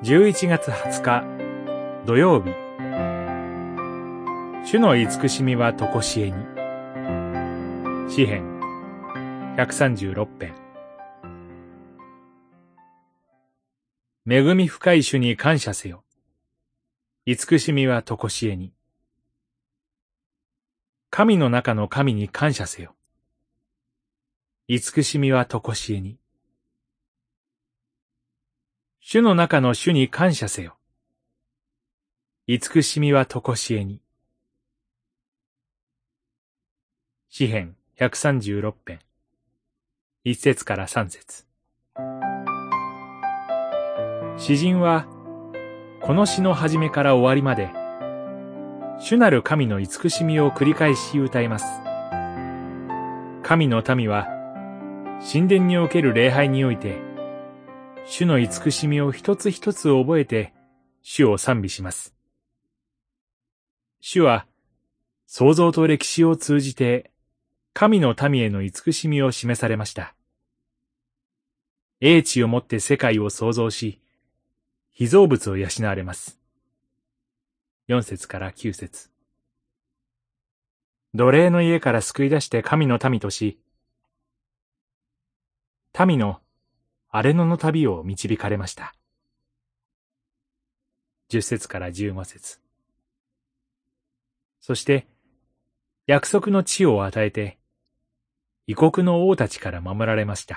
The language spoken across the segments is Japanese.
11月20日土曜日。主の慈しみはとこしえに。詩編136編。恵み深い主に感謝せよ。慈しみはとこしえに。神の中の神に感謝せよ。慈しみはとこしえに。主の中の主に感謝せよ。慈しみはとこしえに。詩編136編。1節から3節。詩人は、この詩の始めから終わりまで、主なる神の慈しみを繰り返し歌います。神の民は、神殿における礼拝において、主の慈しみを一つ一つ覚えて、主を賛美します。主は、創造と歴史を通じて、神の民への慈しみを示されました。英知をもって世界を創造し、被造物を養われます。4節から9節。奴隷の家から救い出して神の民とし、民の荒れ野の旅を導かれました。10節から15節。そして、約束の地を与えて、異国の王たちから守られました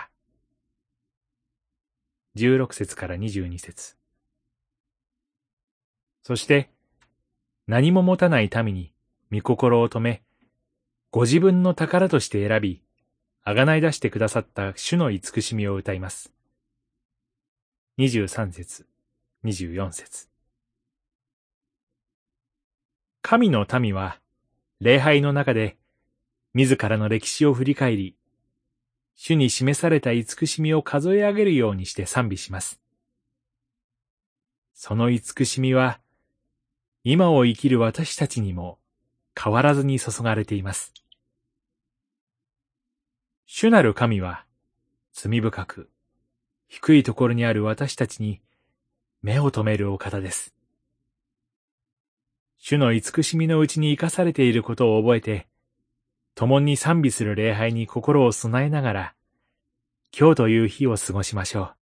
。16節から22節。そして、何も持たない民に御心を止め、ご自分の宝として選び、贖い出してくださった主の慈しみを歌います。23節、24節。神の民は、礼拝の中で、自らの歴史を振り返り、主に示された慈しみを数え上げるようにして賛美します。その慈しみは、今を生きる私たちにも変わらずに注がれています。主なる神は、罪深く、低いところにある私たちに目を留めるお方です。主の慈しみのうちに生かされていることを覚えて、共に賛美する礼拝に心を備えながら、今日という日を過ごしましょう。